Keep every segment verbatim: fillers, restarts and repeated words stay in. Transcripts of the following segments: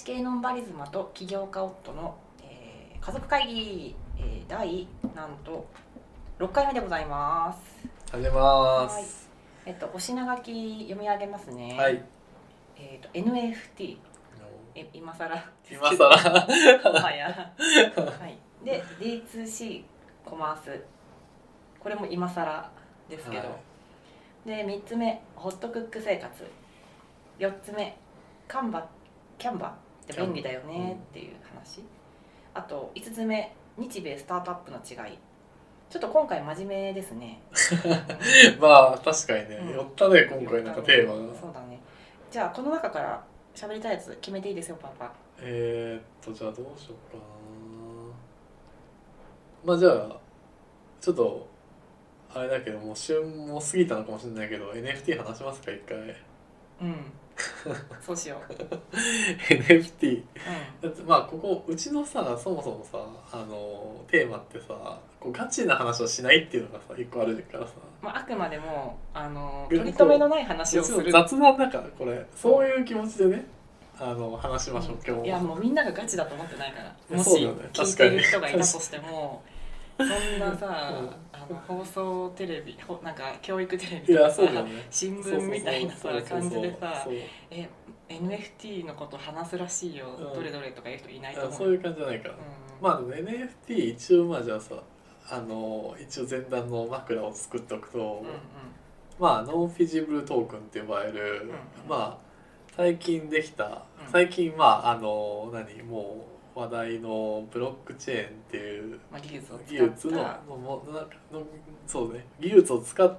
ケーノンバリズマと起業家夫の、えー、家族会議、えー、第なんとろっかいめでございます。 始めます。 えっとお品書き読み上げますね。 はい。 えっと エヌエフティー え今更です今更もはやはい。で ディーツーシー コマース、これも今更ですけど、はい、でみっつめホットクック生活、よっつめカンバキャンバって便利だよねっていう話、うん、あといつつめ日米スタートアップの違い。ちょっと今回真面目ですねまあ確かにね、うん、寄ったね今回なんかテーマが。 そうだね。じゃあこの中から喋りたいやつ決めていいですよパパ。 えー、っとじゃあどうしようかな。まあじゃあちょっとあれだけどもう旬も過ぎたのかもしれないけど エヌエフティー 話しますか一回。 うんそうしようエヌエフティー、うん、だってまあここうちのさそもそもさあのテーマってさこうガチな話をしないっていうのがさ一個あるからさ、 まあ、あくまでもあの取り留めのない話をする雑談だからこれそういう気持ちでねあの話しましょう、うん、今日も。 いやもうみんながガチだと思ってないからもし聞いてる人がいたとしてもそんなさ、うん、あの放送テレビなんか教育テレビとかさ、ね、新聞みたいなさ感じでさえ エヌエフティー のこと話すらしいよ、うん、どれどれとかいう人いないと思う。 そういう感じじゃないから、うん、まあでも エヌエフティー 一応まあじゃあさあの一応前段の枕を作っておくと、うんうん、まあノンフィジブルトークンって呼ばれる、うんうん、まあ最近できた最近まああの何もう話題のブロックチェーンっていう、 まあ、技術を技術のののそうね技術を使った、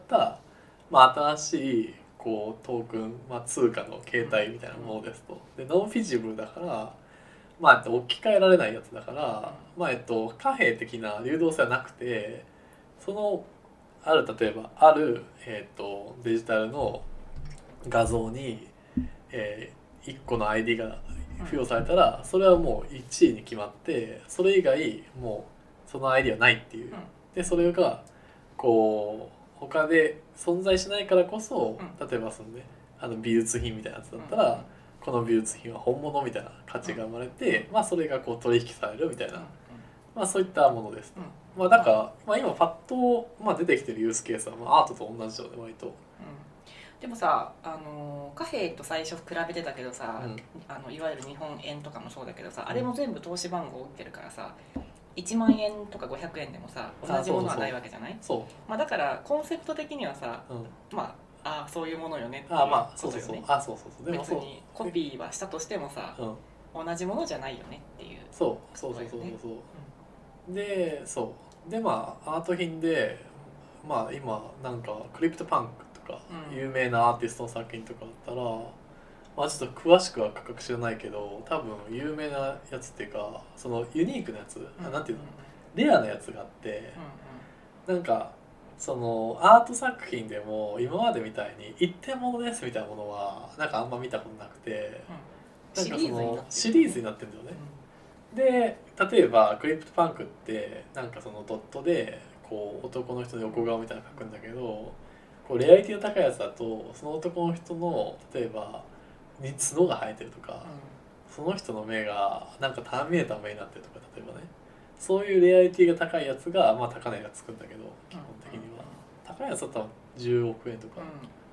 まあ、新しいこうトークン、まあ、通貨の形態みたいなものですと。でノンフィジブルだからまあ置き換えられないやつだから、まあえっと貨幣的な流動性はなくて、そのある例えばある、えっとデジタルの画像に、えー、いっこの アイディー が付与されたらそれはもういちいに決まってそれ以外もうその アイディー はないっていう。でそれがこう他で存在しないからこそ例えばそのねあの美術品みたいなやつだったらこの美術品は本物みたいな価値が生まれてまあそれがこう取引されるみたいなまあそういったものですと。まあだからまあ今パッとまあ出てきてるユースケースはまあアートと同じだよね割と。 でもさ、あの貨幣と最初比べてたけどさ、うん、あのいわゆる日本円とかもそうだけどさ、うん、あれも全部投資番号を打ってるからさいちまんえんとかごひゃくえんでもさ同じものはないわけじゃない？ そうそう、 まあ、だからコンセプト的にはさ、うん、まああそういうものよねっていうことよね。 あそうそうそう別にコピーはしたとしてもさ、うん、同じものじゃないよねっていう、 そうそうそうそうそうそう、うん、でそうでまあアート品でまあ今なんかクリプトパンク有名なアーティストの作品とかだったら、まあちょっと詳しくは価格知らないけど多分有名なやつっていうかそのユニークなやつ、うん、なんていうのレアなやつがあって、うん、なんかそのアート作品でも今までみたいに一点物ですみたいなものはなんかあんま見たことなくて、うん、なんかそのシリーズになってるんだよね、うん、で例えばクリプトパンクってなんかそのドットでこう男の人の横顔みたいなの描くんだけどこうレアリティの高いやつだとその男の人の例えばに角が生えてるとか、うん、その人の目がなんかターミネーターの目になってるとか例えばねそういうレアリティが高いやつがまあ高値がつくんだけど基本的には、うん、高いやつだったらじゅうおくえんとか、うん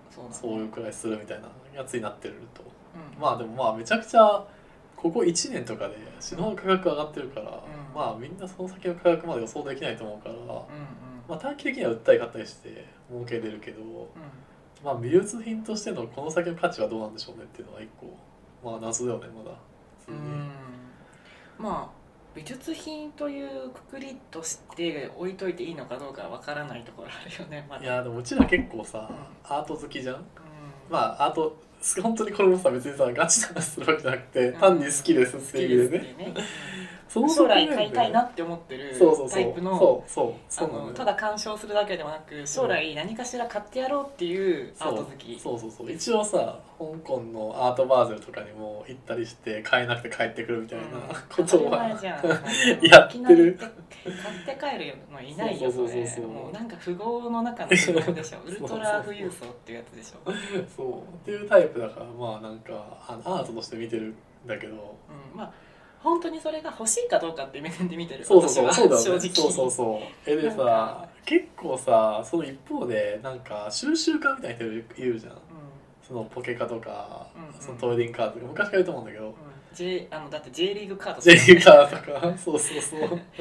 そう, ね、そういうくらいするみたいなやつになってると、うん、まあでもまあめちゃくちゃここいちねんとかで死ぬほど価格上がってるから、うん、まあみんなその先の価格まで予想できないと思うから、うんうんまあ、短期的には売ったり買ったりして儲けれるけど、うん、まあ美術品としてのこの先の価値はどうなんでしょうねっていうのは一個まあ謎だよねまだ普通に。うんまあ美術品というくくりとして置いといていいのかどうかわからないところあるよね、まだ。 いやでもうちら結構さ、うん、アート好きじゃん、うん、まあアート本当にこれもさ別にさガチな話するわけじゃなくて、うん、単に好きですっていうね、ねその将来買いたいなって思ってるタイプのただ鑑賞するだけではなく将来何かしら買ってやろうっていうアート好き。 そうそうそうそう一応さ香港のアートバーゼルとかにも行ったりして買えなくて帰ってくるみたいなことは、うん、やってる。 買って帰るのいないよそれ。もうなんか富豪の中の富豪でしょウルトラ富裕層っていうやつでしょ。 そうっていうタイプだからまあなんかあのアートとして見てるだけど、 うん、まあ本当にそれが欲しいかどうかっていう目線で見てる。 そうそうそうそうだよね。 正直そうそうそうえでさ結構さその一方でなんか収集家みたいな人いるじゃん、うん、そのポケカとか、うんうん、そのトレーディングカードとか昔からいると思うんだけど、うん、 J、あのだって J リーグカード J リーグカードとかそうそうそう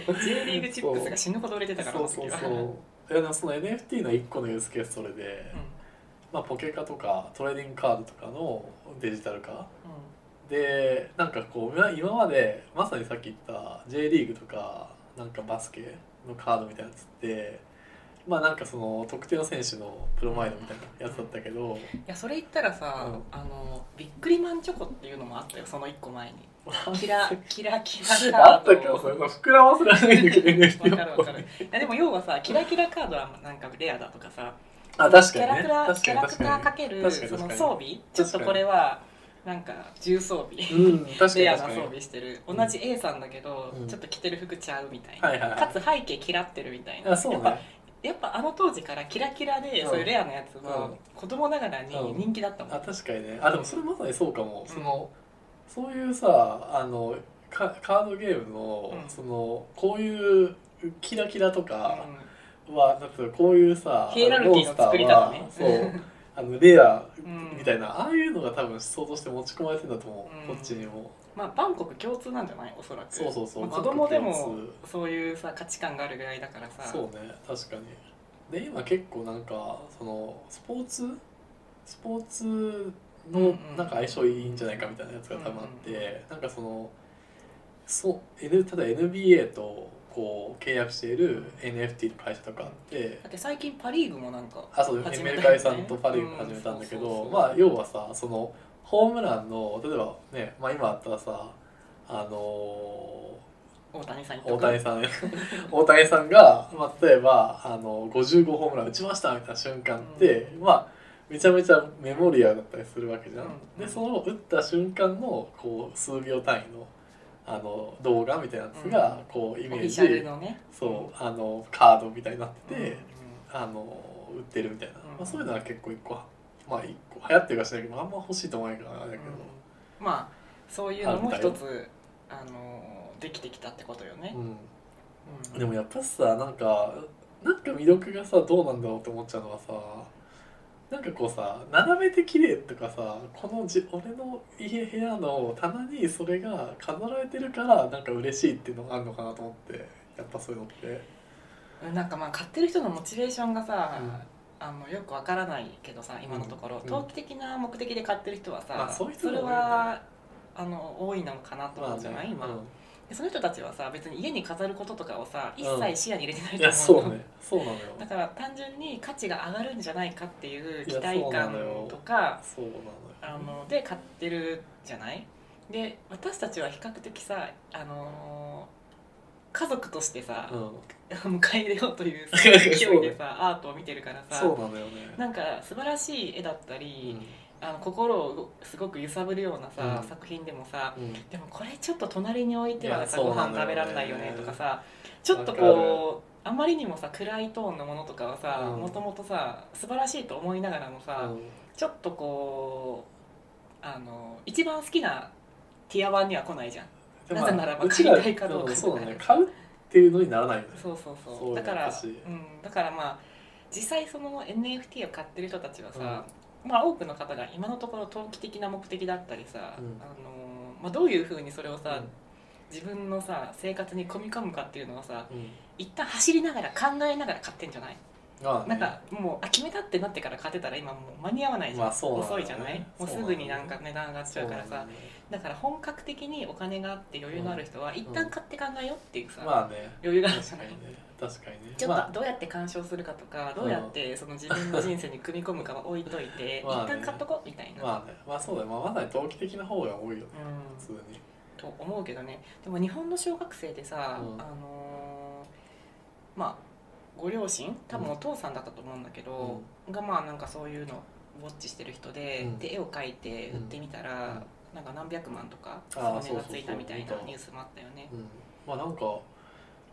J リーグチップスが死ぬほど売れてたからそうそうそういやその エヌエフティー の一個のユースケースそれで、うんまあ、ポケカとかトレーディングカードとかのデジタル化、うんでなんかこう今までまさにさっき言った J リーグとかなんかバスケのカードみたいなやつってまあなんかその特定の選手のプロマイドみたいなやつだったけど、 いやそれ言ったらさ、うん、あのビックリマンチョコっていうのもあったよそのいっこまえにキラキラキラカードあったけどそれ膨らませられないんだけど エヌエフティーわかるわかるいやでも要はさキラキラカードはなんかレアだとかさあ確かに、ね、 キャラクターキャラクターかけるその装備ちょっとこれはなんか重装備、うん、レアな装備してる同じ A さんだけど、うん、ちょっと着てる服ちゃうみたいな、はいはいはい、かつ背景キラってるみたいな、 そうね、 やっぱやっぱあの当時からキラキラで、うん、そういうレアなやつは子供ながらに人気だったもん、うん、 あ確かにねあでもそれまさにそうかも、うん、そのそういうさあのカードゲームの、うん、そのこういうキラキラとかは、だってこういうさヒエラルキーの作り方ねそうあのレアみたいな、うん、ああいうのが多分思想として持ち込まれてるんだと思う、うん、こっちにもまあバンコク共通なんじゃないおそらくそうそうそう、 まあ、子供でもそういうさ価値観があるぐらいだからさそうね確かにで今結構なんかそのスポーツスポーツのなんか相性いいんじゃないかみたいなやつが多分あって、うんうん、なんかそのそう、N、ただ エヌビーエー とこう契約している エヌエフティー の会社とかあってだって最近パリーグもなんかあそうエムエル会さんとパリーグ始めたんだけどまあ要はさそのホームランの例えばね、まあ、今あったらさあのー、 大谷さん大谷さん大谷さんが、まあ、例えばあのごじゅうごホームラン打ちましたみたいな瞬間って、うん、まあめちゃめちゃメモリアルだったりするわけじゃん、うん、でその打った瞬間のこう数秒単位のあの動画みたいなやつがこうイメージ、 うんね、 そうあのカードみたいになってて、うんうん、あの売ってるみたいな、うんまあ、そういうのは結構一個まあ一個流行ってるかしないけどあんま欲しいと思わないからあれだけど、 うん、まあそういうのも一つあのできてきたってことよね、うんうん、でもやっぱさなんかなんか魅力がさどうなんだろうって思っちゃうのはさなんかこうさ斜めて綺麗とかさこのじ俺の家部屋の棚にそれが飾られてるからなんか嬉しいっていうのがあるのかなと思ってやっぱそういうのってなんかまあ買ってる人のモチベーションがさ、うん、あのよくわからないけどさ今のところ、うん、投機的な目的で買ってる人はさ、まあ、そういう人も多いよね、それはあの多いのかなと思うじゃない、まあね、今、うんでその人たちはさ別に家に飾ることとかをさ一切視野に入れてないと思うの、うん、いやそうねそうなのよだから単純に価値が上がるんじゃないかっていう期待感とかそうなのよあので買ってるじゃないで私たちは比較的さあのー、家族としてさ、うん、迎え入れようという勢いでさ、ね、アートを見てるからさそうなのよねなんか素晴らしい絵だったり、うんあの心をすごく揺さぶるようなさ、うん、作品でもさ、うん、でもこれちょっと隣に置いてはさご飯食べられないよねとかさちょっとこうあまりにもさ暗いトーンのものとかはさもともとさ素晴らしいと思いながらもさ、うん、ちょっとこうあの一番好きなティアワンには来ないじゃん、まあ、なぜならば買いたいかどうかそうだね買うっていうのにならないよねそうそうそうそうだから、うん、だからまあ実際その エヌエフティー を買ってる人たちはさ、まあ、多くの方が今のところ投機的な目的だったりさ、うん、あのまあ、どういうふうにそれをさ、うん、自分のさ生活に組み込むかっていうのをさ、うん、一旦走りながら考えながら買ってんじゃないああ、ね、なんかもうあ決めたってなってから買ってたら今もう間に合わないじゃん、まあそうなんだよね、遅いじゃないもうすぐになんか値段上がっちゃうからさ、ね、だから本格的にお金があって余裕のある人は一旦買って考えようっていうさ、 まあね、 余裕があるじゃない。 確かにねちょっとどうやって鑑賞するかとか、まあ、どうやってその自分の人生に組み込むかは置いといて、まあね、一旦買っとこうみたいなまあねまあそうだよ、まあ、まさに投機的な方が多いよね、うん、普通にと思うけどねでも日本の小学生でさ、うん、あのー、まあご両親多分お父さんだったと思うんだけど、うん、がまあなんかそういうのウォッチしてる人で、うん、で絵を描いて売ってみたら、うん、なんか何百万とかその値がついたみたいなニュースもあったよね、 うん、まあなんか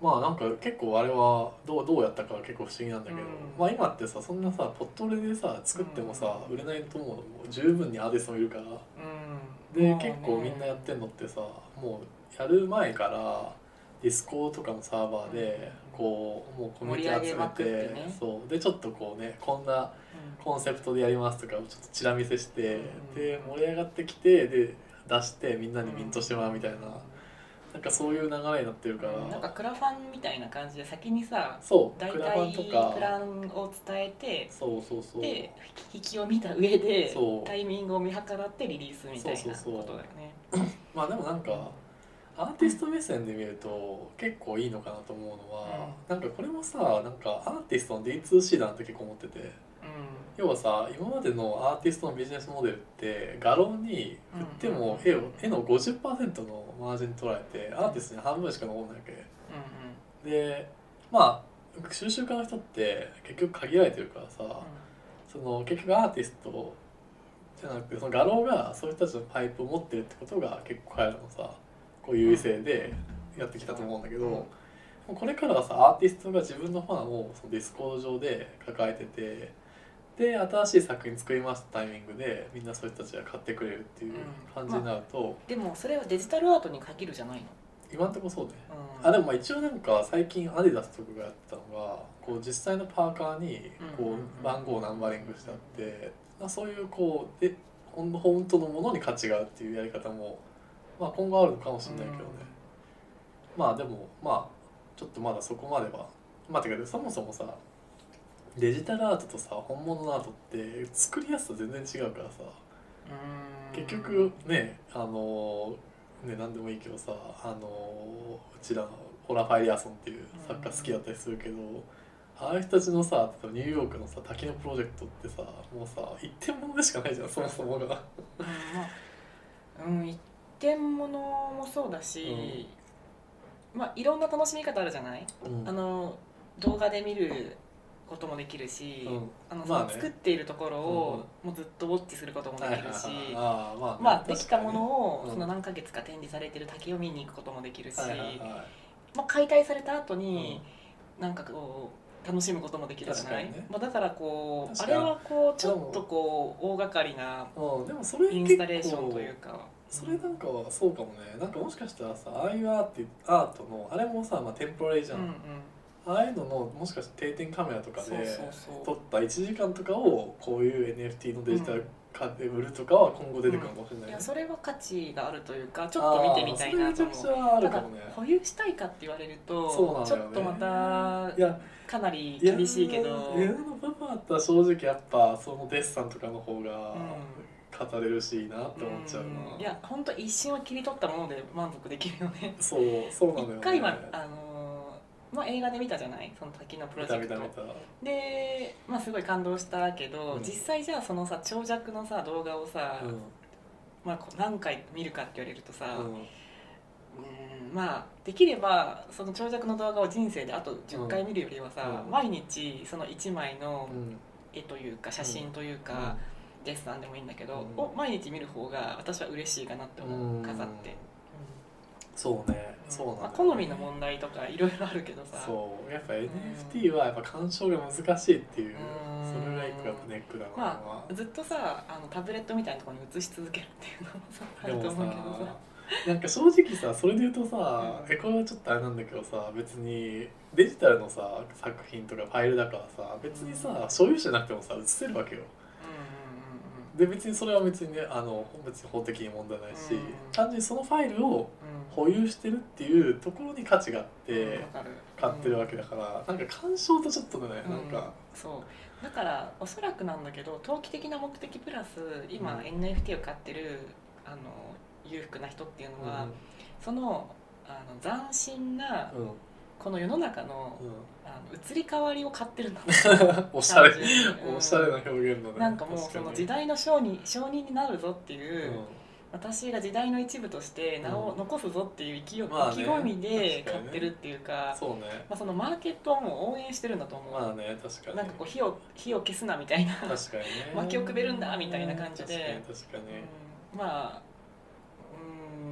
まあなんか結構あれはどう、どうやったかは結構不思議なんだけど、 うんまあ今ってさそんなさポットレでさ作ってもさ、売れないと思うのも十分にアーティストもいるから、 うん、 で、 もうね結構みんなやってんのってさもうやる前からディスコとかのサーバーでこうもうコミュニティ集めて、 ね、 そうでちょっとこうねこんなコンセプトでやりますとかをちょっとチラ見せして、うん、で盛り上がってきてで出してみんなにミントしてもらうみたいな、うん、なんかそういう流れになってるから、うん、 なんかクラファンみたいな感じで先にさそう大体クラファンとかプランを伝えてそうそうそうで引きを見た上でそうタイミングを見計らってリリースみたいなことだよね。 まあでもなんかアーティスト目線で見ると結構いいのかなと思うのは、うん、なんかこれもさなんかアーティストの ディーツーシー だなって結構思ってて、うん、要はさ今までのアーティストのビジネスモデルって画廊に売っても絵を絵の ごじゅっパーセント のマージン取られてアーティストに半分しか残んないわけ、うんうん、でまあ収集家の人って結局限られてるからさ、うん、その結局アーティストじゃなくてその画廊がそういう人たちのパイプを持ってるってことが結構彼らのさこういう優位性でやってきたと思うんだけど、うん、これからはさアーティストが自分のファンをそのディスコード上で抱えててで新しい作品作りますタイミングでみんなそういう人たちが買ってくれるっていう感じになると、うんまあ、 でもそれはデジタルアートに限るじゃないの今んとこそうね、うん、あでもまあ一応なんか最近アディダスとかがやってたのがこう実際のパーカーにこう番号をナンバリングしてあって、まあ、そういうこうで本当のものに価値があるっていうやり方もまあ今後あるのかもしれないけどね、うん、まあでもまあちょっとまだそこまではまあてかそもそもさデジタルアートとさ本物のアートって作りやすさ全然違うからさ、うん結局ねあのね何でもいいけどさあのうちらのホラ・ファイリアソンっていう作家好きだったりするけど、ああいう人たちのさニューヨークのさ滝のプロジェクトってさもうさ一点物でしかないじゃんそもそもが。うんまあうん一点物もそうだし、うん、まあいろんな楽しみ方あるじゃない、うん、あの動画で見ることもできるし、うん、あのその作っているところをもうずっとウォッチすることもできるし、まあできたものをその何ヶ月か展示されてる滝を見に行くこともできるし、はいはいはいまあ、解体された後になんかこう楽しむこともできるじゃない、ねまあ、だからこうあれはこうちょっとこう大掛かりなインスタレーションというか。 それなんかはそうかもね。なんかもしかしたらさああいうアーティアートのあれもさ、まあ、テンポラリーじゃん、うんうんああいうののもしかして定点カメラとかで撮ったいちじかんとかをこういう エヌエフティー のデジタル化で売るとかは今後出てくるかもしれない、ねうん、いやそれは価値があるというかちょっと見てみたいなと思う。それめちゃくちゃあるかもね。ただ保有したいかって言われるとそうなんだよ、ね、ちょっとまたいやかなり厳しいけどいやのパパだったら正直やっぱそのデッサンとかの方が語れるしいいなって思っちゃうな、 うん、いや本当一瞬は切り取ったもので満足できるよね。 そうそうなんだよね。 一回はあのまあ、映画で見たじゃないその滝のプロジェクトで、まあ、すごい感動したけど、うん、実際じゃあそのさ長尺のさ動画をさ、うんまあ、何回見るかって言われるとさ、うん、うんまあできればその長尺の動画を人生であとじゅっかい見るよりはさ、うん、毎日そのいちまいの絵というか写真というか、うん、デッサンでもいいんだけど、を毎日見る方が私は嬉しいかなって思う飾って。 そうね、そうなんだ、ねまあ、好みの問題とかいろいろあるけどさそうやっぱ エヌエフティー はやっぱ鑑賞が難しいっていう、それが一個やっぱネックだな、 まあ、ずっとさあのタブレットみたいなところに映し続けるっていうのもさあると思うけどさなんか正直さそれで言うとさ、うん、えこれはちょっとあれなんだけどさ別にデジタルのさ作品とかファイルだからさ別にさ、うん、所有者なくてもさ映せるわけよ。で別にそれは別にねあの別に法的に問題ないし、うん、単純にそのファイルを保有してるっていうところに価値があって買ってるわけだから、うん、なんか鑑賞とちょっとね、うん、なんかそうだからおそらくなんだけど投機的な目的プラス今、うん、エヌエフティー を買ってるあの裕福な人っていうのは、うん、その、あの斬新な、うんこの世の中の、うん、あの移り変わりを買ってるんだおしゃれ、うん、おしゃれな表現だね。 なんかもうその時代の商人、商人になるぞっていう、うん、私が時代の一部として名を残すぞっていう意気、うんまあね、意気込みで買ってるっていうか、そうねまあ、そのマーケットはもう応援してるんだと思う。 まあね、確かに。 なんかこう火を火を消すなみたいな確かに、ね、 薪をくべるんだみたいな感じで、 確かに確かに、 うん、まあうーんっ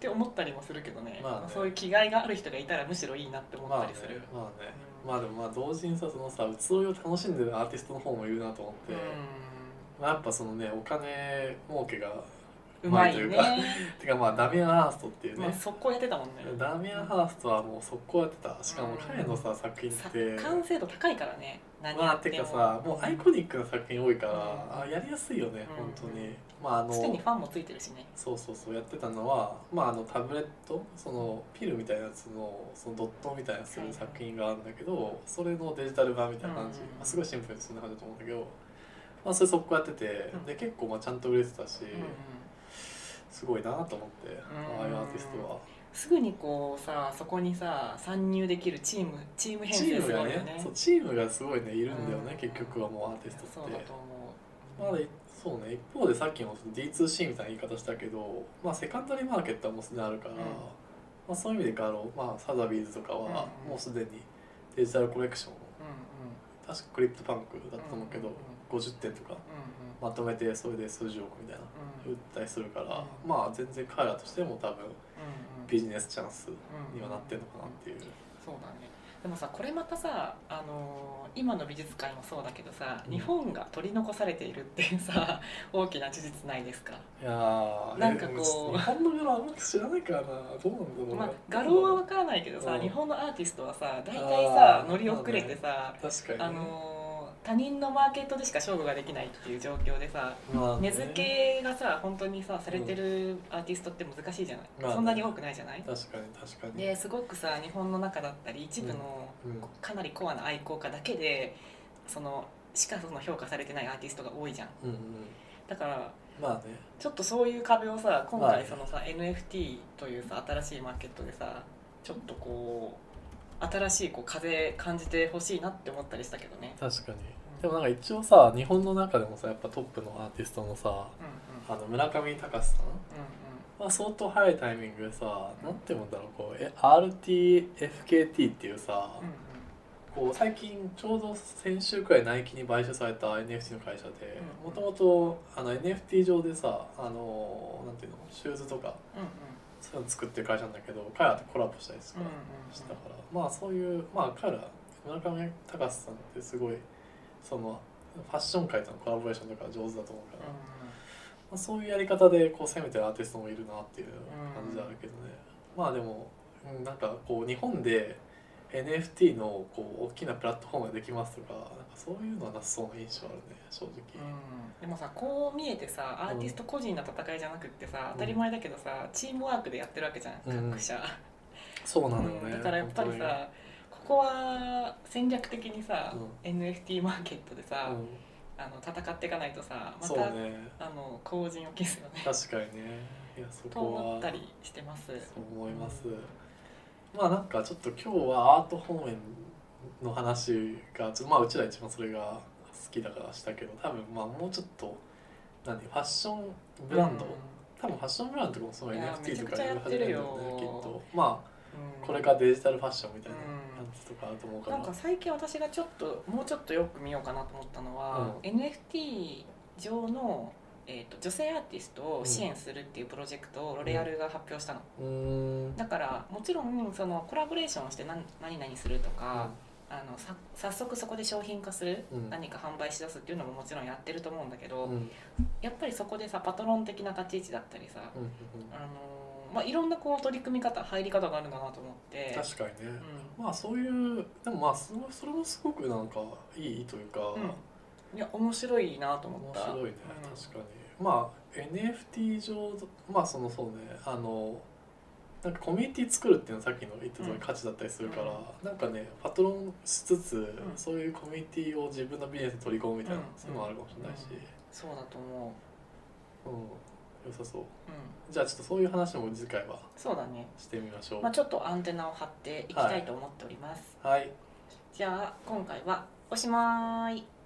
って思ったりもするけどね、 まあねそういう気概がある人がいたらむしろいいなって思ったりする。 まあね、まあね、うん、まあでもまあ同時にさそのさ移ろいを楽しんでるアーティストの方もいるなと思って、うん、まあ、やっぱそのねお金儲けがうまいというか、ね、てかまあダミアン・ハーストっていうね、まあ、 速攻やってたもんね。 ダミアン・ハーストはもう速攻やってた。しかも彼のさ作品って完成度高いからね。 何やってもまあてかさもうアイコニックな作品多いから、うん、あやりやすいよね、うん、本当に。まああのすでにファンもついてるしね。 そうそうそうやってたのはまああのタブレットそのピルみたいなやつのそのドットみたいなする作品があるんだけど、はい、それのデジタル版みたいな感じ、うん、まあ、すごいシンプルにそんな感じだと思うんだけど、まあそれ速攻やってて、うん、で結構まあちゃんと売れてたし。うんうん、すごいなと思って、ああいうアーティストはすぐにこうさそこにさ参入できるチームチーム編成すごいよね。 チームがね、そうチームがすごいねいるんだよね、結局はもうアーティストって。 そうだと思う。まあそうね、一方でさっきの ディーツーシー みたいな言い方したけど、まあセカンダリーマーケットはもうすでにあるから、うん、まあそういう意味でかろう、まあサザビーズとかはもうすでにデジタルコレクション、うんうん、確かクリプトパンクだったと思うけど、うんうん、ごじゅってんとか。まとめてそれで数十億みたいな、うん、売ったりするから、うん、まあ全然彼らとしても多分ビジネスチャンスにはなってるのかなっていう、うんうん、 そうだね。でもさこれまたさ、あのー、今の美術界もそうだけどさ、うん、日本が取り残されているっていうさ大きな事実ないですか。 いやーなんかこう日本の画廊あんまり知らないからな、どうなんだろう、 まあ、画廊は分からないけどさ、うん、日本のアーティストはさ大体さ乗り遅れてさ、 まあね、確かにね、 あのー他人のマーケットでしか勝負ができないっていう状況でさ、まあね、根付けがさ本当にさされてるアーティストって難しいじゃない、まあね、そんなに多くないじゃない。 確かに確かに。 ですごくさ日本の中だったり一部のかなりコアな愛好家だけでそのしかその評価されてないアーティストが多いじゃん、うんうん、だからまあね、 ちょっとそういう壁をさ今回そのさ、まあね、エヌエフティー というさ新しいマーケットでさちょっとこう新しいこう風感じてほしいなって思ったりしたけどね。 確かに、うん、でもなんか一応さ日本の中でもさやっぱトップのアーティストのさ、うんうん、あの村上隆さん、うんうん、まあ、相当早いタイミングでさ、うん、なんて言うんだろうこうえ アールティーエフケーティー っていうさ、うんうん、こう最近ちょうど先週くらいナイキに買収された エヌエフティー の会社でもともと エヌエフティー 上でさあのなんていうのシューズとか、うんうん、そういうの作ってる会社なんだけど彼らとコラボしたりとかしたから、まあそういうまあ彼ら村上隆さんってすごいそのファッション界とのコラボレーションとか上手だと思うから、まあ、そういうやり方でこう攻めてるアーティストもいるなっていう感じであるけどね。まあでもなんかこう日本で エヌエフティー のこう大きなプラットフォームができますとか、なんかそういうのはなさそうな印象あるね正直、 うん、でもさこう見えてさアーティスト個人の戦いじゃなくってさ、うん、当たり前だけどさチームワークでやってるわけじゃん、うん、各社そうなのよね、 うん、だからやっぱりさここは戦略的にさ、うん、エヌエフティー マーケットでさ、うん、あの戦っていかないとさまた、ね、あの後陣を消すよね。 確かにね。いやそこはと思ったりしてます。 そう思います、うん、まあなんかちょっと今日はアート方面の話がちょっとまあうちら一番それが好きだからしたけど、多分まあもうちょっと何ファッションブランド、うん、多分ファッションブランドとかもその エヌエフティー とかいろいろ始めるんだよねきっと。まあこれからデジタルファッションみたいな感じとかあると思うから、 うん、なんか最近私がちょっともうちょっとよく見ようかなと思ったのは、うん、エヌエフティー 上の、えーと、女性アーティストを支援するっていうプロジェクトをロレアルが発表したの、うん、だからもちろんそのコラボレーションして何何々するとか、うん、あのさ早速そこで商品化する、うん、何か販売しだすっていうのももちろんやってると思うんだけど、うん、やっぱりそこでさパトロン的な立ち位置だったりさ、うんうんうん、あのまあ、いろんなこう取り組み方入り方があるんだなと思って。 確かにね、うん、まあそういうでもまあそれもすごくなんかいいというか、 うん、いや面白いなと思った。 面白いね、うん、確かに。まあ エヌエフティー 上まあそのそうねあのなんかコミュニティ作るっていうのはさっきの言った通り価値だったりするから、うん、なんかねパトロンしつつ、うん、そういうコミュニティを自分のビジネスに取り込むみたいな、うん、そういうのもあるかもしれないし、うん、 そうだと思う。うん良さそう、うん、じゃあちょっとそういう話も次回はそうだねしてみましょう。 まあ、ちょっとアンテナを張っていきたいと思っております。 はい、はい、 じゃあ今回はおしまい。